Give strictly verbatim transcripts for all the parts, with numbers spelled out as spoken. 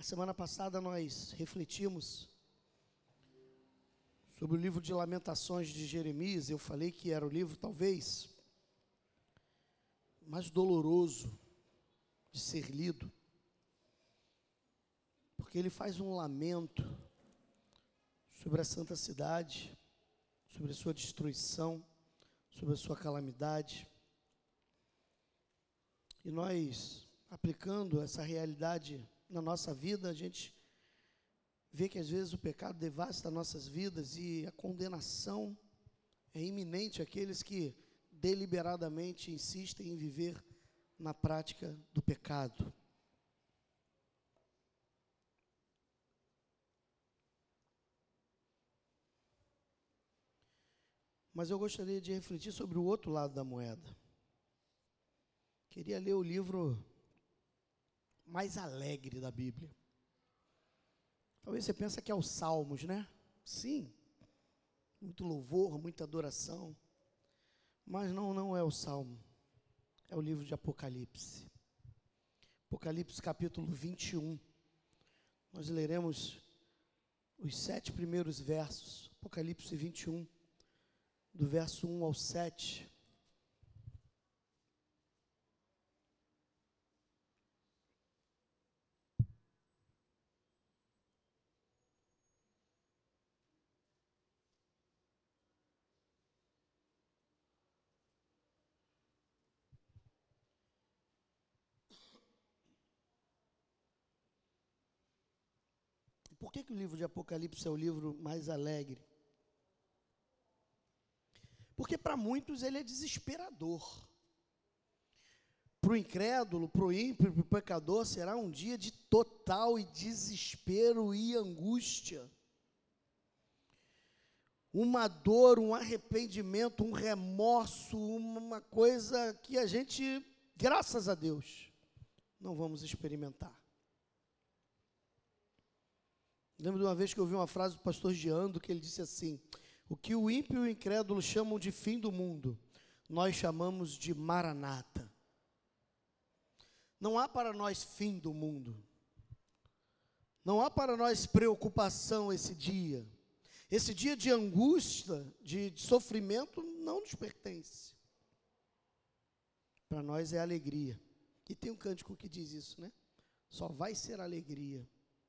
A semana passada nós refletimos sobre o livro de Lamentações de Jeremias. Eu falei que era o livro talvez mais doloroso de ser lido, porque ele faz um lamento sobre a santa cidade, sobre a sua destruição, sobre a sua calamidade. E nós, aplicando essa realidade na nossa vida, a gente vê que às vezes o pecado devasta nossas vidas e a condenação é iminente àqueles que deliberadamente insistem em viver na prática do pecado. Mas eu gostaria de refletir sobre o outro lado da moeda. Queria ler o livro mais alegre da Bíblia. Talvez você pense que é os Salmos, né? Sim, muito louvor, muita adoração. Mas não, não é o Salmo. É o livro de Apocalipse. Apocalipse capítulo vinte e um. Nós leremos os sete primeiros versos. Apocalipse vinte e um, do verso um ao sete. Por que que o livro de Apocalipse é o livro mais alegre? Porque para muitos ele é desesperador. Para o incrédulo, para o ímpio, para o pecador, será um dia de total e desespero e angústia. Uma dor, um arrependimento, um remorso, uma coisa que a gente, graças a Deus, não vamos experimentar. Lembro de uma vez que eu ouvi uma frase do pastor Giando, que ele disse assim: o que o ímpio e o incrédulo chamam de fim do mundo, nós chamamos de Maranata. Não há para nós fim do mundo. Não há para nós preocupação esse dia. Esse dia de angústia, de, de sofrimento, não nos pertence. Para nós é alegria. E tem um cântico que diz isso, né? Só vai ser alegria.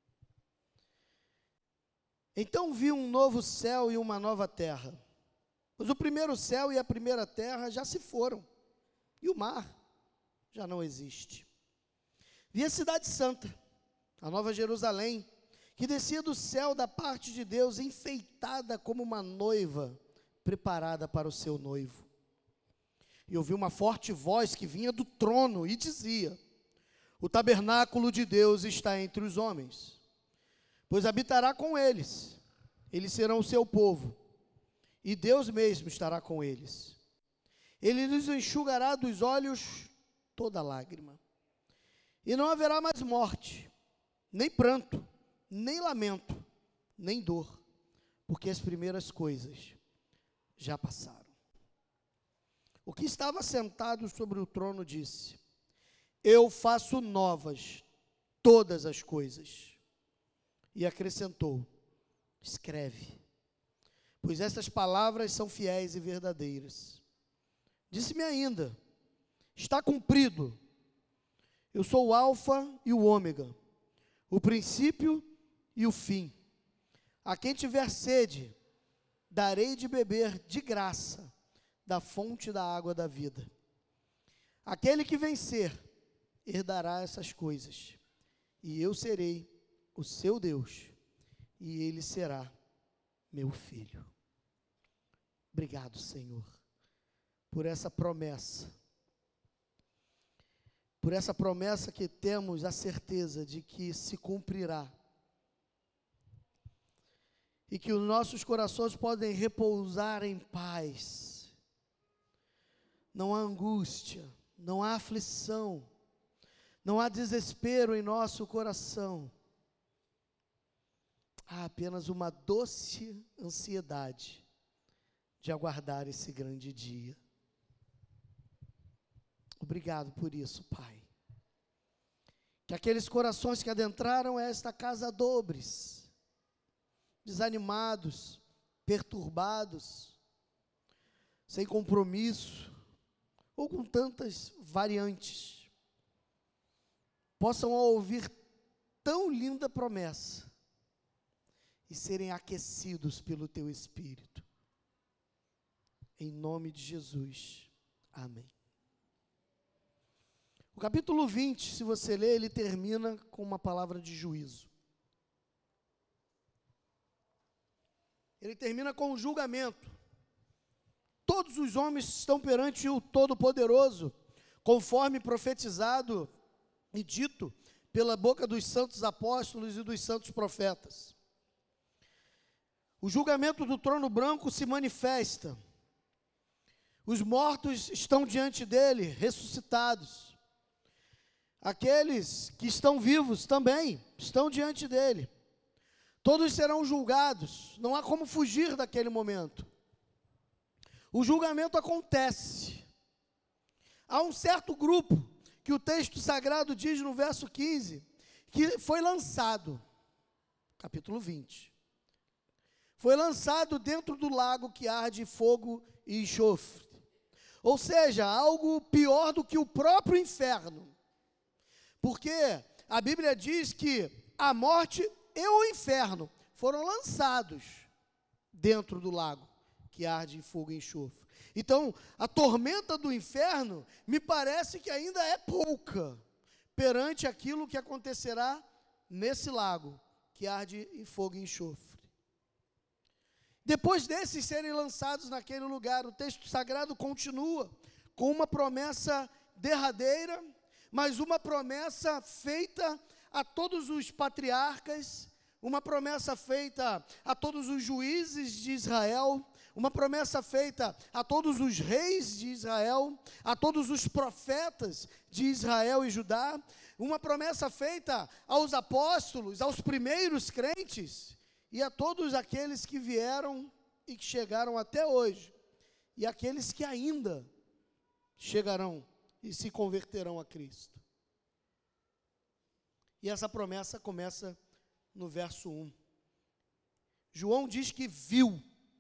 Então vi um novo céu e uma nova terra, pois o primeiro céu e a primeira terra já se foram, e o mar já não existe. Vi a cidade santa, a nova Jerusalém, que descia do céu da parte de Deus, enfeitada como uma noiva, preparada para o seu noivo. E ouvi uma forte voz que vinha do trono e dizia: o tabernáculo de Deus está entre os homens, pois habitará com eles, eles serão o seu povo, e Deus mesmo estará com eles. Ele lhes enxugará dos olhos toda lágrima, e não haverá mais morte, nem pranto, nem lamento, nem dor, porque as primeiras coisas já passaram. O que estava sentado sobre o trono disse: eu faço novas todas as coisas. E acrescentou: escreve, pois estas palavras são fiéis e verdadeiras. Disse-me ainda: está cumprido. Eu sou o Alfa e o Ômega, o princípio e o fim. A quem tiver sede, darei de beber de graça da fonte da água da vida. Aquele que vencer, herdará essas coisas, e eu serei o seu Deus, e ele será meu filho. Obrigado, Senhor, por essa promessa, por essa promessa que temos a certeza de que se cumprirá, e que os nossos corações podem repousar em paz. Não há angústia, não há aflição, não há desespero em nosso coração. Há apenas uma doce ansiedade de aguardar esse grande dia. Obrigado por isso, Pai. que aqueles corações que adentraram esta casa dobres, desanimados, perturbados, sem compromisso, ou com tantas variantes, possam ouvir tão linda promessa e serem aquecidos pelo teu Espírito. Em nome de Jesus. Amém. O capítulo vinte, se você ler, ele termina com uma palavra de juízo. Ele termina com um julgamento. Todos os homens estão perante o Todo-Poderoso, conforme profetizado e dito pela boca dos santos apóstolos e dos santos profetas. O julgamento do trono branco se manifesta. Os mortos estão diante dele, ressuscitados. Aqueles que estão vivos também estão diante dele. Todos serão julgados, não há como fugir daquele momento. O julgamento acontece. Há um certo grupo, que o texto sagrado diz no verso quinze, que foi lançado, capítulo vinte, foi lançado dentro do lago que arde fogo e enxofre. Ou seja, algo pior do que o próprio inferno. Porque a Bíblia diz que a morte e o inferno foram lançados dentro do lago que arde em fogo e enxofre. Então, a tormenta do inferno me parece que ainda é pouca perante aquilo que acontecerá nesse lago que arde em fogo e enxofre. Depois desses serem lançados naquele lugar, o texto sagrado continua com uma promessa derradeira, mas uma promessa feita a todos os patriarcas, uma promessa feita a todos os juízes de Israel, uma promessa feita a todos os reis de Israel, a todos os profetas de Israel e Judá, uma promessa feita aos apóstolos, aos primeiros crentes, e a todos aqueles que vieram e que chegaram até hoje, e aqueles que ainda chegarão e se converterão a Cristo. E essa promessa começa no verso um. João diz que viu.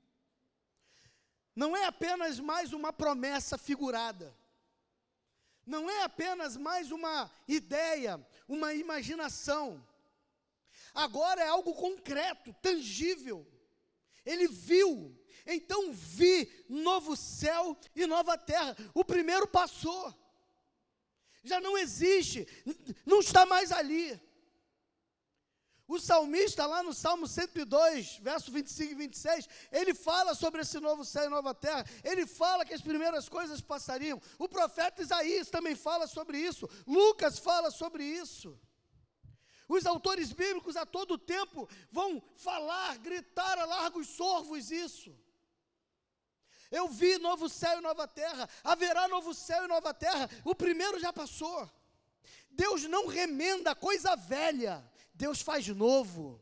Não é apenas mais uma promessa figurada. Não é apenas mais uma ideia, uma imaginação. Agora é algo concreto, tangível. Ele viu. Então vi novo céu e nova terra. O primeiro passou. Já não existe, não está mais ali. O salmista lá no Salmo cento e dois, verso vinte e cinco e vinte e seis, ele fala sobre esse novo céu e nova terra, ele fala que as primeiras coisas passariam. O profeta Isaías também fala sobre isso, Lucas fala sobre isso. Os autores bíblicos a todo tempo vão falar, gritar a largos sorvos isso. Eu vi novo céu e nova terra, haverá novo céu e nova terra, o primeiro já passou. Deus não remenda coisa velha, Deus faz novo.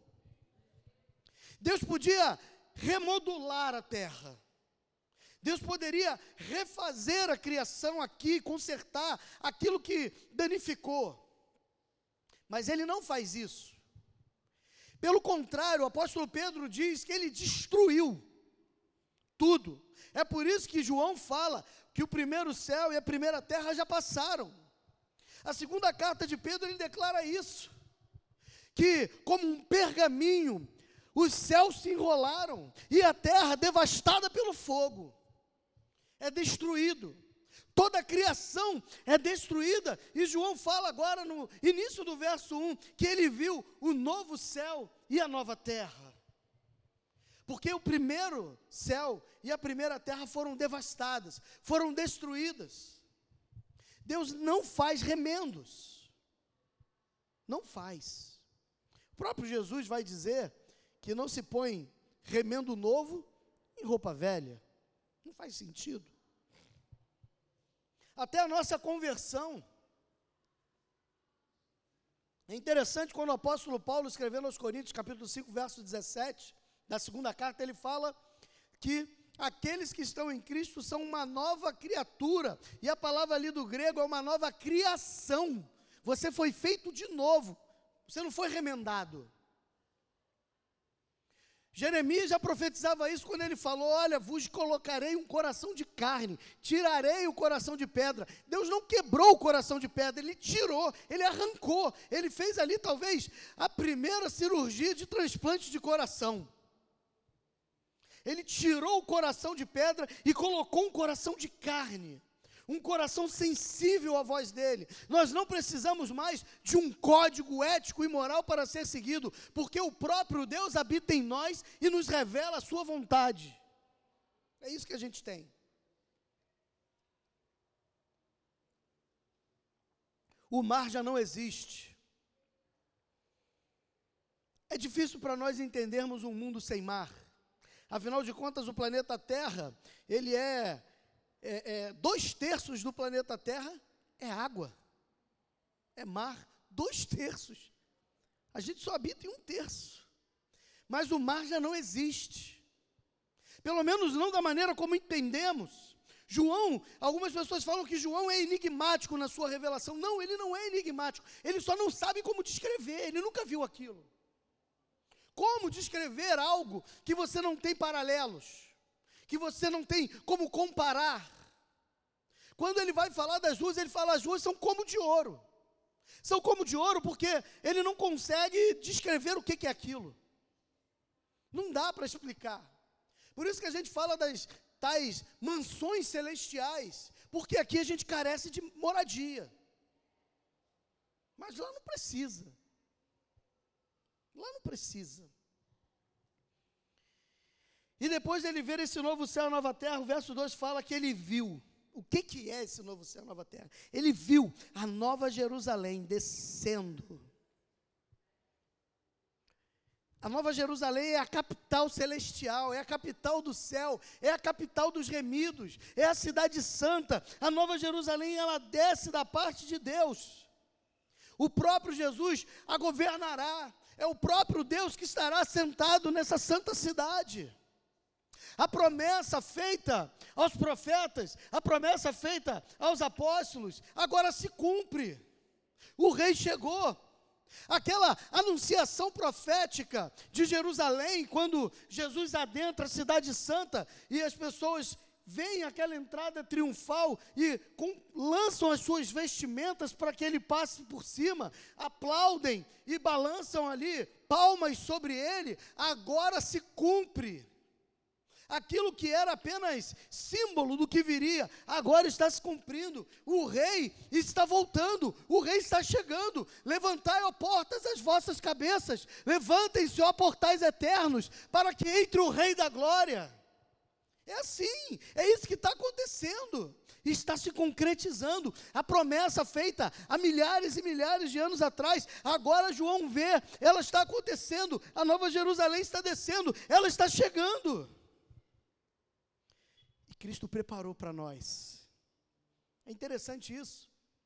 Deus podia remodular a terra. Deus poderia refazer a criação aqui, consertar aquilo que danificou. Mas Ele não faz isso. Pelo contrário, o apóstolo Pedro diz que Ele destruiu tudo. É por isso que João fala que o primeiro céu e a primeira terra já passaram. A segunda carta de Pedro, ele declara isso. Que como um pergaminho, os céus se enrolaram e a terra devastada pelo fogo. É destruído. Toda a criação é destruída. E João fala agora no início do verso um, que ele viu o novo céu e a nova terra. Porque o primeiro céu e a primeira terra foram devastadas, foram destruídas. Deus não faz remendos. Não faz. O próprio Jesus vai dizer que não se põe remendo novo em roupa velha. Não faz sentido. Até a nossa conversão. É interessante quando o apóstolo Paulo, escrevendo aos Coríntios, capítulo cinco, verso dezessete, da segunda carta, ele fala que aqueles que estão em Cristo são uma nova criatura, e a palavra ali do grego é uma nova criação. Você foi feito de novo. Você não foi remendado. Jeremias já profetizava isso quando ele falou: olha, vos colocarei um coração de carne, tirarei o coração de pedra. Deus não quebrou o coração de pedra, Ele tirou, Ele arrancou. Ele fez ali talvez a primeira cirurgia de transplante de coração. Ele tirou o coração de pedra e colocou um coração de carne, um coração sensível à voz dele. Nós não precisamos mais de um código ético e moral para ser seguido, porque o próprio Deus habita em nós e nos revela a sua vontade. É isso que a gente tem. O mar já não existe. É difícil para nós entendermos um mundo sem mar. Afinal de contas, o planeta Terra, ele é, é, é, dois terços do planeta Terra é água, é mar, dois terços. A gente só habita em um terço, mas o mar já não existe, pelo menos não da maneira como entendemos. João, algumas pessoas falam que João é enigmático na sua revelação. Não, ele não é enigmático, ele só não sabe como descrever, ele nunca viu aquilo. Como descrever algo que você não tem paralelos, que você não tem como comparar? Quando ele vai falar das ruas, ele fala: as ruas são como de ouro. São como de ouro porque ele não consegue descrever o que, que é aquilo. Não dá para explicar. Por isso que a gente fala das tais mansões celestiais, porque aqui a gente carece de moradia. Mas lá não precisa. Lá não precisa. E depois dele ver esse novo céu e nova terra, o verso dois fala que ele viu. O que, que é esse novo céu e nova terra? Ele viu a nova Jerusalém descendo. A nova Jerusalém é a capital celestial, é a capital do céu, é a capital dos remidos, é a cidade santa. A nova Jerusalém, ela desce da parte de Deus. O próprio Jesus a governará. É o próprio Deus que estará sentado nessa santa cidade. A promessa feita aos profetas, a promessa feita aos apóstolos, agora se cumpre. O rei chegou. Aquela anunciação profética de Jerusalém, quando Jesus adentra a cidade santa e as pessoas veem aquela entrada triunfal e com, lançam as suas vestimentas para que ele passe por cima, aplaudem e balançam ali palmas sobre ele, agora se cumpre. Aquilo que era apenas símbolo do que viria, agora está se cumprindo. O rei está voltando, o rei está chegando. Levantai, ó portas, as vossas cabeças, levantem-se, ó portais eternos, para que entre o rei da glória. É assim, é isso que está acontecendo, está se concretizando. A promessa feita há milhares e milhares de anos atrás, agora João vê, ela está acontecendo. A nova Jerusalém está descendo, ela está chegando. E Cristo preparou para nós. É interessante isso.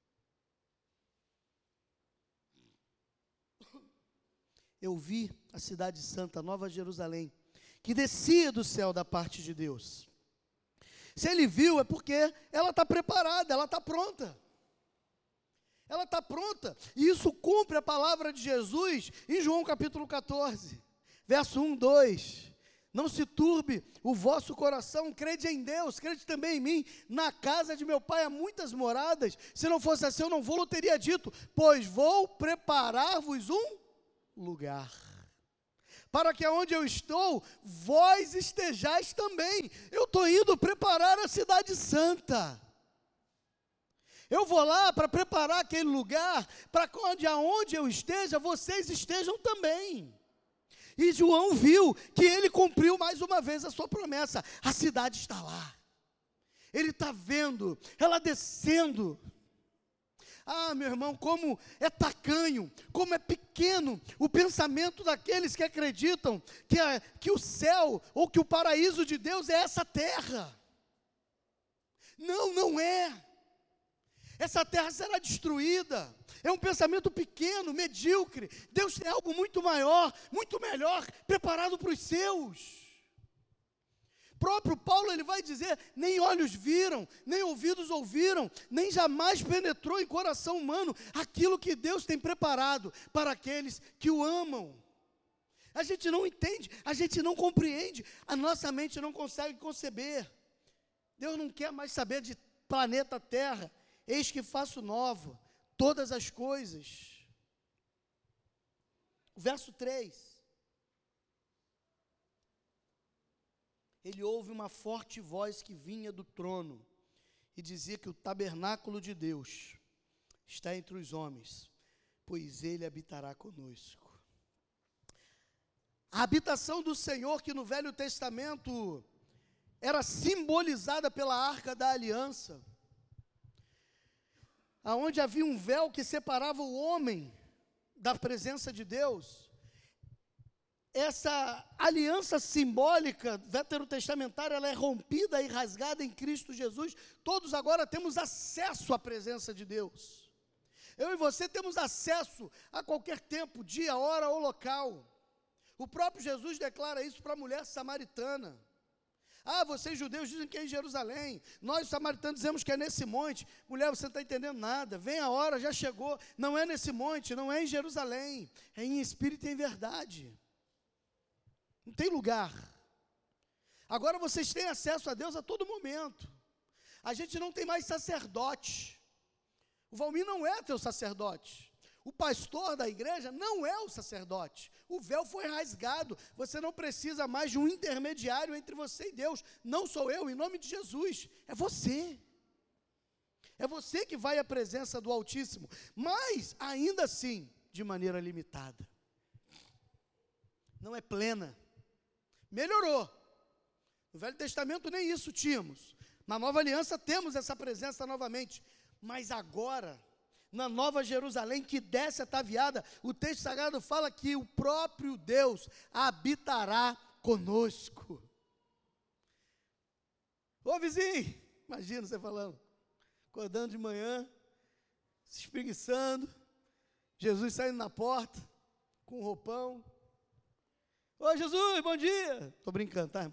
Eu vi a cidade santa, a nova Jerusalém, que descia do céu da parte de Deus. Se ele viu, é porque ela está preparada, ela está pronta. Ela está pronta. E isso cumpre a palavra de Jesus em João capítulo catorze, verso um, dois. Não se turbe o vosso coração, crede em Deus, crede também em mim. Na casa de meu pai há muitas moradas. Se não fosse assim, eu não vou, eu teria dito, pois vou preparar-vos um lugar, para que aonde eu estou, vós estejais também. Eu estou indo preparar a cidade santa. Eu vou lá para preparar aquele lugar, para que onde, aonde eu esteja, vocês estejam também. E João viu que ele cumpriu mais uma vez a sua promessa. A cidade está lá. Ele está vendo ela descendo. Ah, meu irmão, como é tacanho, como é pequeno o pensamento daqueles que acreditam que, a, que o céu ou que o paraíso de Deus é essa terra. Não, não é. Essa terra será destruída. É um pensamento pequeno, medíocre. Deus tem algo muito maior, muito melhor, preparado para os seus. Próprio Paulo, ele vai dizer, nem olhos viram, nem ouvidos ouviram, nem jamais penetrou em coração humano aquilo que Deus tem preparado para aqueles que o amam. A gente não entende, a gente não compreende, a nossa mente não consegue conceber. Deus não quer mais saber de planeta Terra, eis que faço novo todas as coisas. O verso três. Ele ouve uma forte voz que vinha do trono e dizia que o tabernáculo de Deus está entre os homens, pois ele habitará conosco. A habitação do Senhor, que no Velho Testamento era simbolizada pela Arca da Aliança, aonde havia um véu que separava o homem da presença de Deus. Essa aliança simbólica veterotestamentária, ela é rompida e rasgada em Cristo Jesus. Todos agora temos acesso à presença de Deus. Eu e você temos acesso a qualquer tempo, dia, hora ou local. O próprio Jesus declara isso para a mulher samaritana. Ah, vocês judeus dizem que é em Jerusalém, nós samaritanos dizemos que é nesse monte. Mulher, você não está entendendo nada, vem a hora, já chegou, não é nesse monte, não é em Jerusalém, é em espírito e em verdade. Não tem lugar. Agora vocês têm acesso a Deus a todo momento. A gente não tem mais sacerdote. O Valmir não é teu sacerdote. O pastor da igreja não é o sacerdote. O véu foi rasgado. Você não precisa mais de um intermediário entre você e Deus. Não sou eu, em nome de Jesus. É você. É você que vai à presença do Altíssimo. Mas, ainda assim, de maneira limitada. Não é plena. Melhorou. No Velho Testamento nem isso tínhamos. Na Nova Aliança temos essa presença novamente. Mas agora, na Nova Jerusalém, que desce ataviada, o texto sagrado fala que o próprio Deus habitará conosco. Ô vizinho, imagina você falando, acordando de manhã, se espreguiçando, Jesus saindo na porta, com um roupão. Ô Jesus, bom dia. Estou brincando, tá?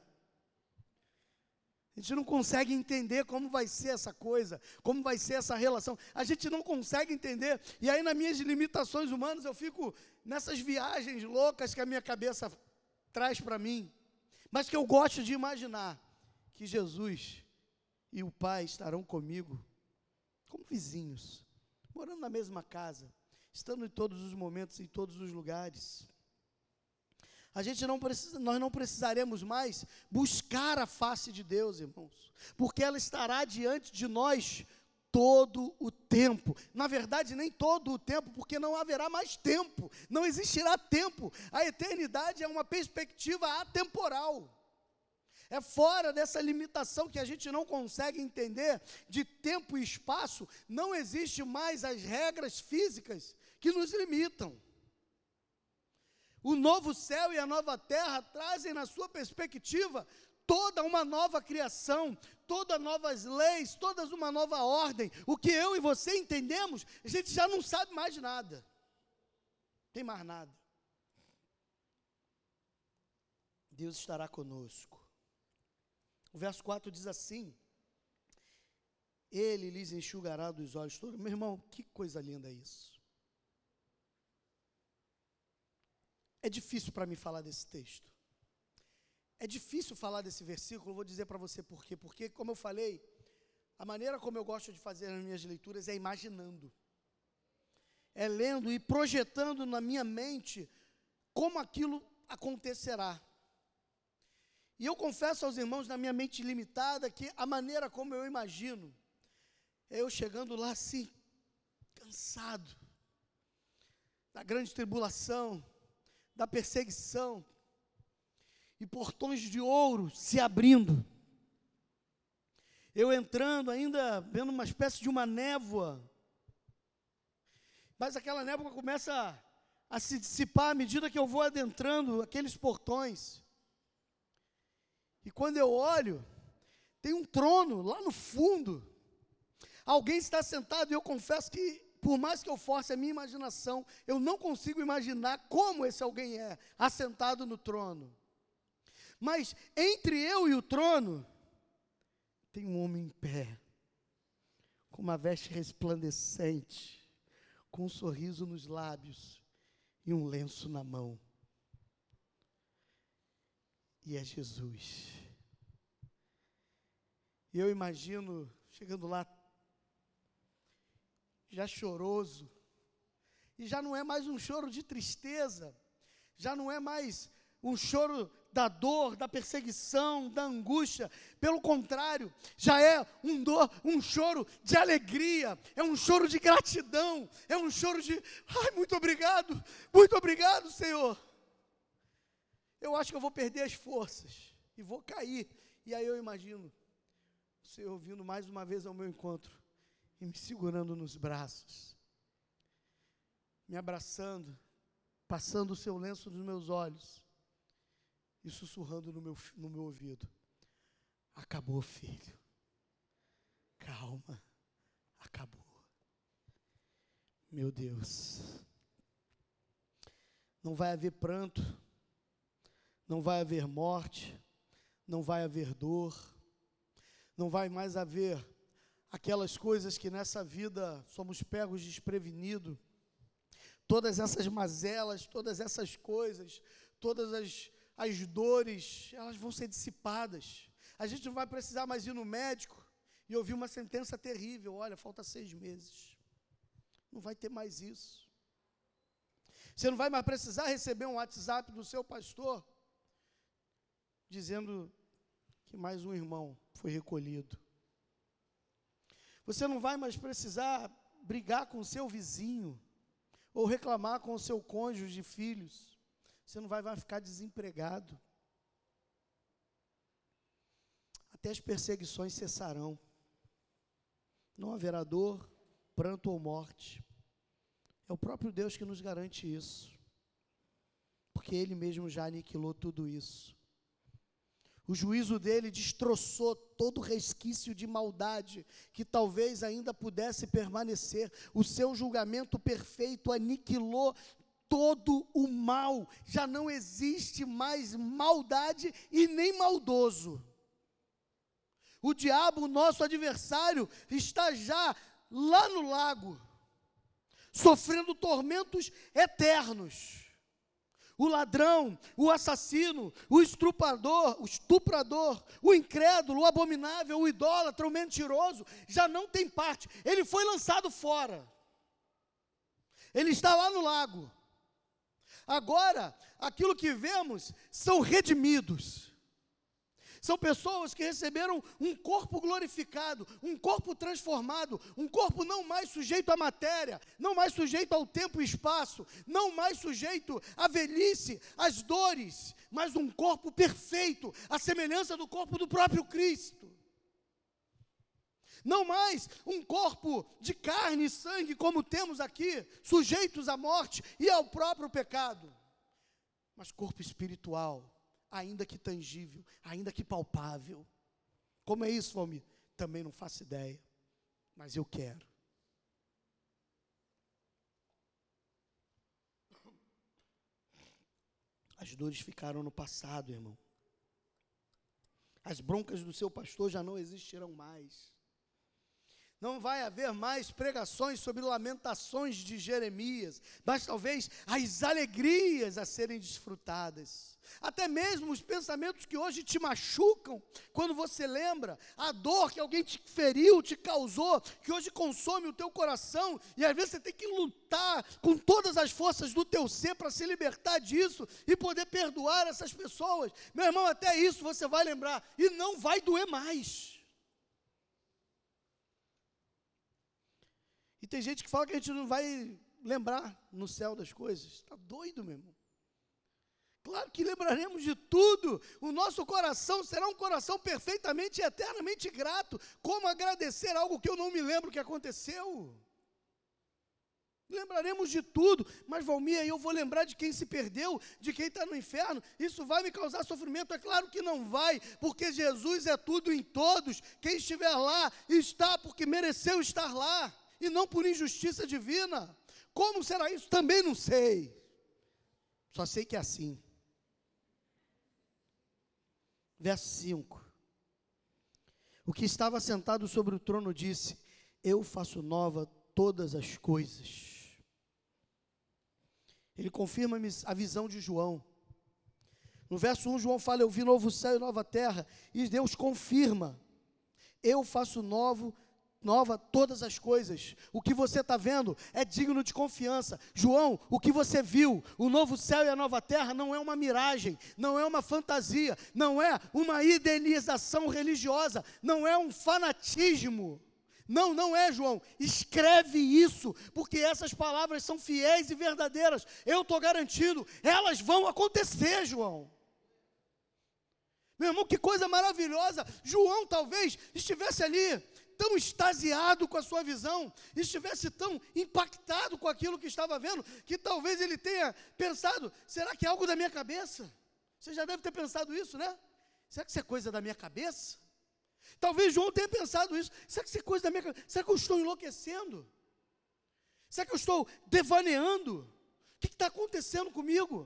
A gente não consegue entender como vai ser essa coisa, como vai ser essa relação. A gente não consegue entender. E aí, nas minhas limitações humanas, eu fico nessas viagens loucas que a minha cabeça traz para mim. Mas que eu gosto de imaginar que Jesus e o Pai estarão comigo como vizinhos, morando na mesma casa, estando em todos os momentos, em todos os lugares. A gente não precisa, nós não precisaremos mais buscar a face de Deus, irmãos, porque ela estará diante de nós todo o tempo. Na verdade, nem todo o tempo, porque não haverá mais tempo, não existirá tempo. A eternidade é uma perspectiva atemporal. É fora dessa limitação que a gente não consegue entender de tempo e espaço, não existe mais as regras físicas que nos limitam. O novo céu e a nova terra trazem na sua perspectiva toda uma nova criação, todas novas leis, toda uma nova ordem. O que eu e você entendemos, a gente já não sabe mais nada. Não tem mais nada. Deus estará conosco. O verso quatro diz assim: Ele lhes enxugará dos olhos todos. Meu irmão, que coisa linda isso. É difícil para mim falar desse texto. É difícil falar desse versículo, vou dizer para você por quê. Porque, como eu falei, a maneira como eu gosto de fazer as minhas leituras é imaginando. É lendo e projetando na minha mente como aquilo acontecerá. E eu confesso aos irmãos, na minha mente limitada, que a maneira como eu imagino, é eu chegando lá assim, cansado, da grande tribulação, da perseguição, e portões de ouro se abrindo, eu entrando ainda, vendo uma espécie de uma névoa, mas aquela névoa começa a, a se dissipar à medida que eu vou adentrando aqueles portões, e quando eu olho, tem um trono lá no fundo, alguém está sentado, e eu confesso que, por mais que eu force a minha imaginação, eu não consigo imaginar como esse alguém é, assentado no trono. Mas entre eu e o trono, tem um homem em pé, com uma veste resplandecente, com um sorriso nos lábios e um lenço na mão. E é Jesus. E eu imagino, chegando lá, já choroso, e já não é mais um choro de tristeza, já não é mais um choro da dor, da perseguição, da angústia. Pelo contrário, já é um, dor, um choro de alegria, é um choro de gratidão, é um choro de, ai, muito obrigado, muito obrigado, Senhor. Eu acho que eu vou perder as forças e vou cair. E aí eu imagino o Senhor vindo mais uma vez ao meu encontro e me segurando nos braços, me abraçando, passando o seu lenço nos meus olhos e sussurrando no meu, no meu ouvido: acabou, filho, calma, acabou. Meu Deus, não vai haver pranto, não vai haver morte, não vai haver dor, não vai mais haver aquelas coisas que nessa vida somos pegos desprevenidos, todas essas mazelas, todas essas coisas, todas as, as dores, elas vão ser dissipadas. A gente não vai precisar mais ir no médico e ouvir uma sentença terrível: olha, falta seis meses. Não vai ter mais isso. Você não vai mais precisar receber um WhatsApp do seu pastor dizendo que mais um irmão foi recolhido. Você não vai mais precisar brigar com o seu vizinho ou reclamar com o seu cônjuge de filhos. Você não vai mais ficar desempregado. Até as perseguições cessarão. Não haverá dor, pranto ou morte. É o próprio Deus que nos garante isso, porque Ele mesmo já aniquilou tudo isso. O juízo dele destroçou todo resquício de maldade que talvez ainda pudesse permanecer. O seu julgamento perfeito aniquilou todo o mal. Já não existe mais maldade e nem maldoso. O diabo, nosso adversário, está já lá no lago, sofrendo tormentos eternos. O ladrão, o assassino, o estuprador, o estuprador, o incrédulo, o abominável, o idólatra, o mentiroso, já não tem parte. Ele foi lançado fora. Ele está lá no lago. Agora, aquilo que vemos são redimidos. São pessoas que receberam um corpo glorificado, um corpo transformado, um corpo não mais sujeito à matéria, não mais sujeito ao tempo e espaço, não mais sujeito à velhice, às dores, mas um corpo perfeito, à semelhança do corpo do próprio Cristo. Não mais um corpo de carne e sangue, como temos aqui, sujeitos à morte e ao próprio pecado, mas corpo espiritual, ainda que tangível, ainda que palpável. Como é isso, Valmir? Também não faço ideia, mas eu quero. As dores ficaram no passado, irmão. As broncas do seu pastor já não existirão mais. Não vai haver mais pregações sobre lamentações de Jeremias, mas talvez as alegrias a serem desfrutadas. Até mesmo os pensamentos que hoje te machucam, quando você lembra, a dor que alguém te feriu, te causou, que hoje consome o teu coração, e às vezes você tem que lutar com todas as forças do teu ser para se libertar disso e poder perdoar essas pessoas. Meu irmão, até isso você vai lembrar, e não vai doer mais. E tem gente que fala que a gente não vai lembrar no céu das coisas. Está doido, meu irmão. Claro que lembraremos de tudo. O nosso coração será um coração perfeitamente e eternamente grato. Como agradecer algo que eu não me lembro que aconteceu? Lembraremos de tudo. Mas, Valmir, aí eu vou lembrar de quem se perdeu, de quem está no inferno. Isso vai me causar sofrimento? É claro que não vai, porque Jesus é tudo em todos. Quem estiver lá, está porque mereceu estar lá, e não por injustiça divina. Como será isso? Também não sei. Só sei que é assim. Verso cinco. O que estava sentado sobre o trono disse: eu faço nova todas as coisas. Ele confirma a visão de João. No verso um, João fala: eu vi novo céu e nova terra. E Deus confirma: eu faço novo nova todas as coisas. O que você está vendo é digno de confiança. João, o que você viu, o novo céu e a nova terra, não é uma miragem, não é uma fantasia, não é uma idealização religiosa, não é um fanatismo. Não, não é, João. Escreve isso, porque essas palavras são fiéis e verdadeiras. Eu estou garantindo, elas vão acontecer, João. Meu irmão, que coisa maravilhosa. João talvez estivesse ali tão extasiado com a sua visão, estivesse tão impactado com aquilo que estava vendo, que talvez ele tenha pensado: será que é algo da minha cabeça? Você já deve ter pensado isso, né? Será que isso é coisa da minha cabeça? Talvez João tenha pensado isso: será que isso é coisa da minha cabeça? Será que eu estou enlouquecendo? Será que eu estou devaneando? O que está acontecendo comigo?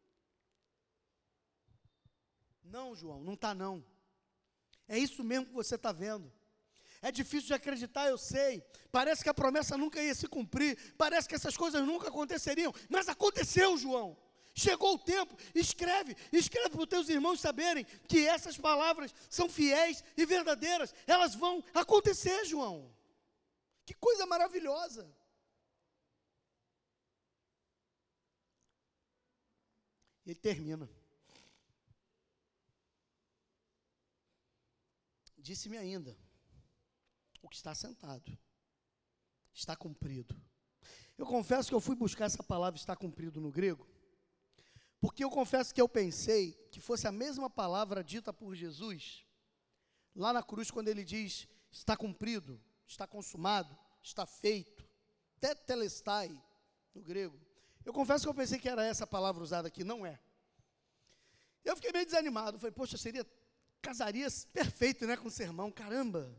Não, João, não está não. É isso mesmo que você está vendo. É difícil de acreditar, eu sei. Parece que a promessa nunca ia se cumprir. Parece que essas coisas nunca aconteceriam. Mas aconteceu, João. Chegou o tempo. Escreve. Escreve para os teus irmãos saberem que essas palavras são fiéis e verdadeiras. Elas vão acontecer, João. Que coisa maravilhosa. Ele termina. Disse-me ainda: o que está sentado está cumprido. Eu confesso que eu fui buscar essa palavra está cumprido no grego, porque eu confesso que eu pensei que fosse a mesma palavra dita por Jesus lá na cruz, quando ele diz: está cumprido, está consumado, está feito, tetelestai no grego. Eu confesso que eu pensei que era essa palavra usada aqui. Não é. Eu fiquei meio desanimado, falei: poxa, seria, casaria perfeito, né, com o sermão, caramba.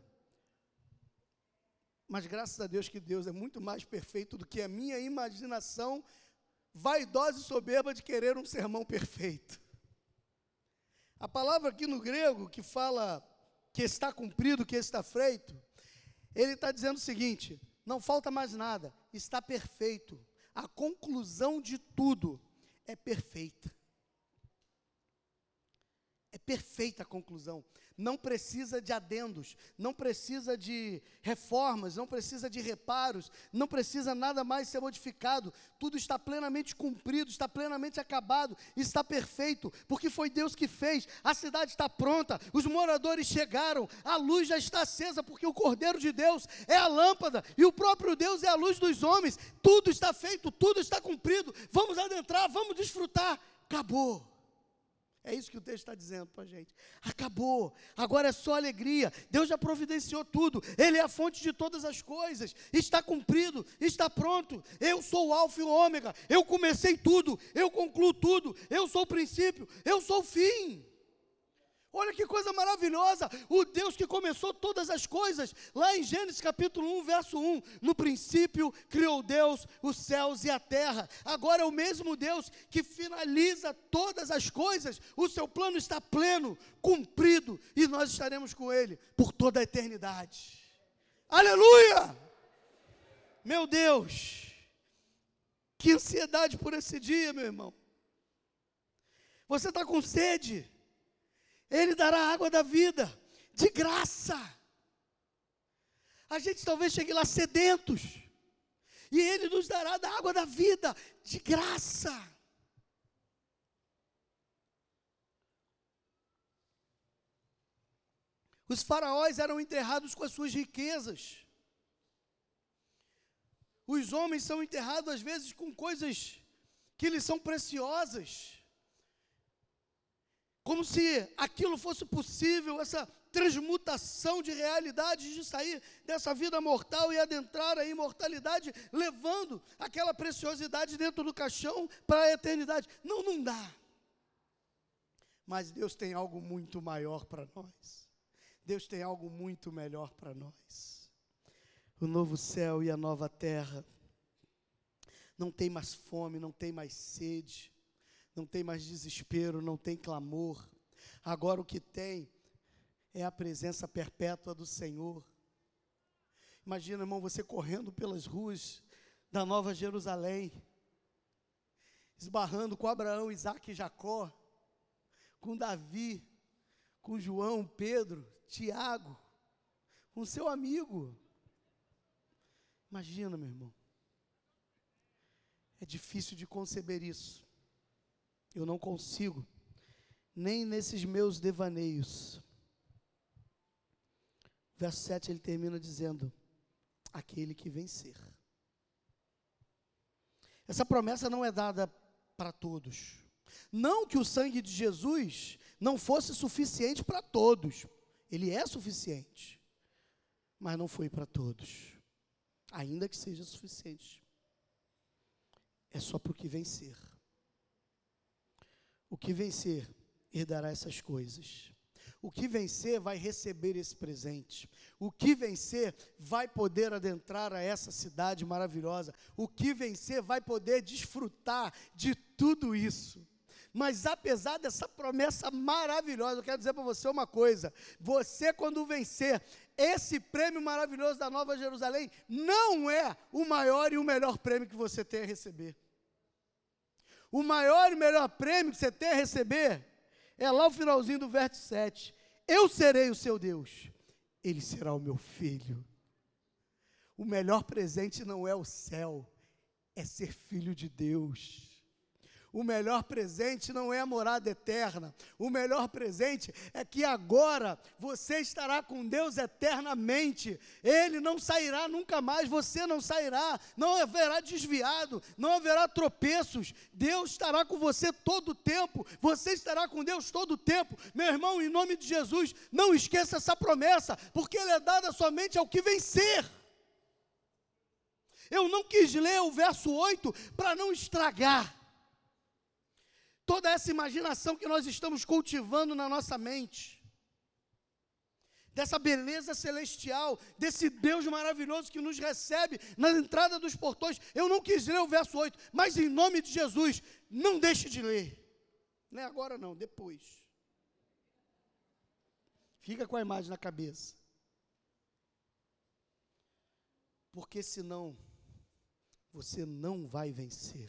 Mas graças a Deus que Deus é muito mais perfeito do que a minha imaginação vaidosa e soberba de querer um sermão perfeito. A palavra aqui no grego que fala que está cumprido, que está feito, ele está dizendo o seguinte: não falta mais nada, está perfeito. A conclusão de tudo é perfeita. É perfeita a conclusão. Não precisa de adendos, não precisa de reformas, não precisa de reparos, não precisa nada mais ser modificado. Tudo está plenamente cumprido, está plenamente acabado, está perfeito, porque foi Deus que fez. A cidade está pronta, os moradores chegaram, a luz já está acesa, porque o Cordeiro de Deus é a lâmpada e o próprio Deus é a luz dos homens. Tudo está feito, tudo está cumprido. Vamos adentrar, vamos desfrutar. Acabou. É isso que o texto está dizendo para a gente. Acabou, agora é só alegria. Deus já providenciou tudo. Ele é a fonte de todas as coisas. Está cumprido, está pronto. Eu sou o alfa e o ômega. Eu comecei tudo, eu concluo tudo. Eu sou o princípio, eu sou o fim. Olha que coisa maravilhosa, o Deus que começou todas as coisas, lá em Gênesis capítulo um, verso um, no princípio criou Deus os céus e a terra. Agora é o mesmo Deus que finaliza todas as coisas, o seu plano está pleno, cumprido, e nós estaremos com Ele por toda a eternidade. Aleluia! Meu Deus, que ansiedade por esse dia, meu irmão. Você está com sede? Ele dará a água da vida, de graça. A gente talvez chegue lá sedentos, e Ele nos dará da água da vida, de graça. Os faraós eram enterrados com as suas riquezas. Os homens são enterrados às vezes com coisas que lhes são preciosas. Como se aquilo fosse possível, essa transmutação de realidade, de sair dessa vida mortal e adentrar a imortalidade, levando aquela preciosidade dentro do caixão para a eternidade. Não, não dá. Mas Deus tem algo muito maior para nós. Deus tem algo muito melhor para nós. O novo céu e a nova terra. Não tem mais fome, não tem mais sede. Não tem mais desespero, não tem clamor. Agora o que tem é a presença perpétua do Senhor. Imagina, irmão, você correndo pelas ruas da Nova Jerusalém, esbarrando com Abraão, Isaque e Jacó, com Davi, com João, Pedro, Tiago, com seu amigo. Imagina, meu irmão. É difícil de conceber isso. Eu não consigo, nem nesses meus devaneios. Verso sete, ele termina dizendo: aquele que vencer. Essa promessa não é dada para todos. Não que o sangue de Jesus não fosse suficiente para todos. Ele é suficiente, mas não foi para todos. Ainda que seja suficiente. É só para o que vencer. O que vencer herdará essas coisas. O que vencer vai receber esse presente. O que vencer vai poder adentrar a essa cidade maravilhosa. O que vencer vai poder desfrutar de tudo isso. Mas apesar dessa promessa maravilhosa, eu quero dizer para você uma coisa: você, quando vencer, esse prêmio maravilhoso da Nova Jerusalém não é o maior e o melhor prêmio que você tem a receber. O maior e melhor prêmio que você tem a receber é lá o finalzinho do verso sete. Eu serei o seu Deus, ele será o meu filho. O melhor presente não é o céu, é ser filho de Deus. O melhor presente não é a morada eterna. O melhor presente é que agora você estará com Deus eternamente. Ele não sairá nunca mais, você não sairá. Não haverá desviado, não haverá tropeços. Deus estará com você todo o tempo. Você estará com Deus todo o tempo. Meu irmão, em nome de Jesus, não esqueça essa promessa, porque ela é dada somente ao que vencer. Eu não quis ler o verso oito para não estragar toda essa imaginação que nós estamos cultivando na nossa mente, dessa beleza celestial, desse Deus maravilhoso que nos recebe na entrada dos portões. Eu não quis ler o verso oito, mas em nome de Jesus, não deixe de ler. Não é agora não, depois. Fica com a imagem na cabeça. Porque senão, você não vai vencer.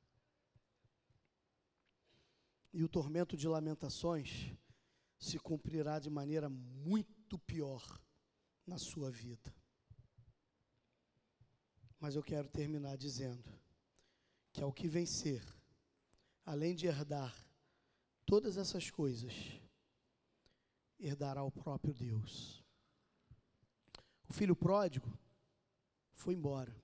E o tormento de lamentações se cumprirá de maneira muito pior na sua vida. Mas eu quero terminar dizendo que ao que vencer, além de herdar todas essas coisas, herdará o próprio Deus. O filho pródigo foi embora.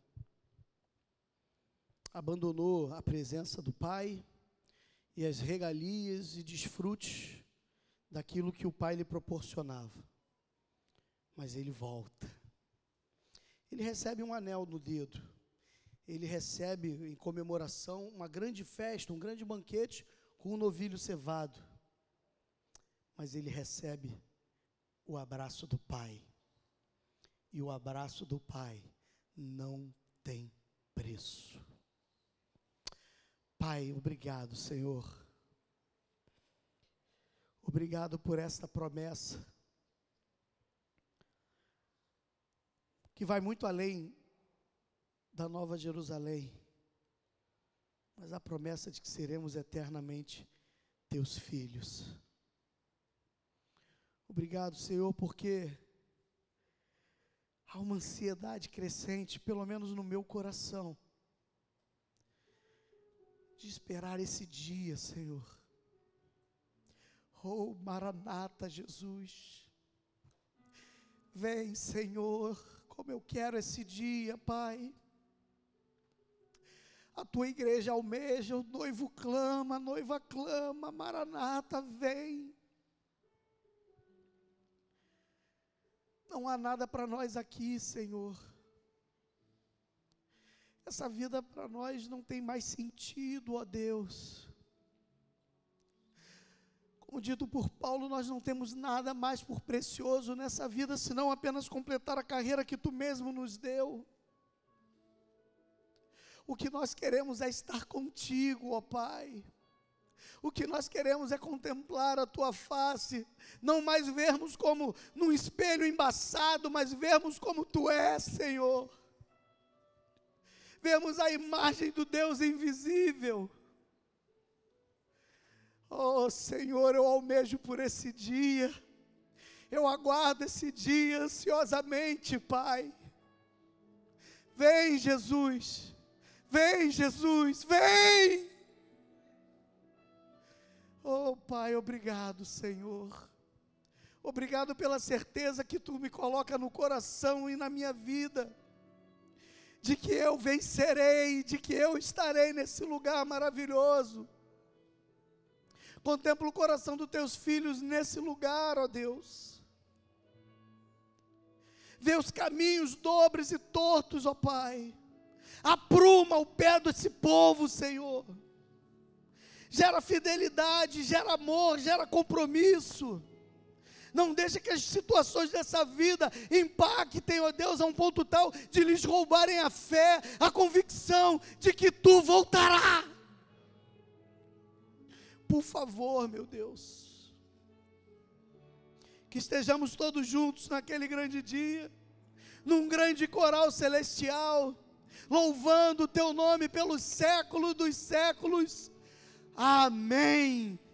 Abandonou a presença do pai e as regalias e desfrutes daquilo que o pai lhe proporcionava. Mas ele volta. Ele recebe um anel no dedo. Ele recebe em comemoração uma grande festa, um grande banquete com um novilho cevado. Mas ele recebe o abraço do pai. E o abraço do pai não tem preço. Pai, obrigado, Senhor. Obrigado por esta promessa, que vai muito além da Nova Jerusalém, mas a promessa de que seremos eternamente teus filhos. Obrigado, Senhor, porque há uma ansiedade crescente, pelo menos no meu coração, de esperar esse dia, Senhor. Oh, Maranata, Jesus. Vem, Senhor, como eu quero esse dia, Pai. A tua igreja almeja, o noivo clama, a noiva clama, Maranata, vem. Não há nada para nós aqui, Senhor. Essa vida para nós não tem mais sentido, ó Deus. Como dito por Paulo, nós não temos nada mais por precioso nessa vida, senão apenas completar a carreira que tu mesmo nos deu. O que nós queremos é estar contigo, ó Pai. O que nós queremos é contemplar a tua face, não mais vermos como num espelho embaçado, mas vermos como tu és, Senhor. Vemos a imagem do Deus invisível. Oh, Senhor, eu almejo por esse dia. Eu aguardo esse dia ansiosamente, Pai. Vem, Jesus. Vem, Jesus. Vem. Oh, Pai, obrigado, Senhor. Obrigado pela certeza que Tu me coloca no coração e na minha vida, de que eu vencerei, de que eu estarei nesse lugar maravilhoso. Contempla o coração dos Teus filhos nesse lugar, ó Deus. Vê os caminhos dobres e tortos, ó Pai. Apruma o pé desse povo, Senhor. Gera fidelidade, gera amor, gera compromisso. Não deixa que as situações dessa vida impactem, ó Deus, a um ponto tal de lhes roubarem a fé, a convicção de que Tu voltará. Por favor, meu Deus, que estejamos todos juntos naquele grande dia, num grande coral celestial, louvando o Teu nome pelos séculos dos séculos. Amém.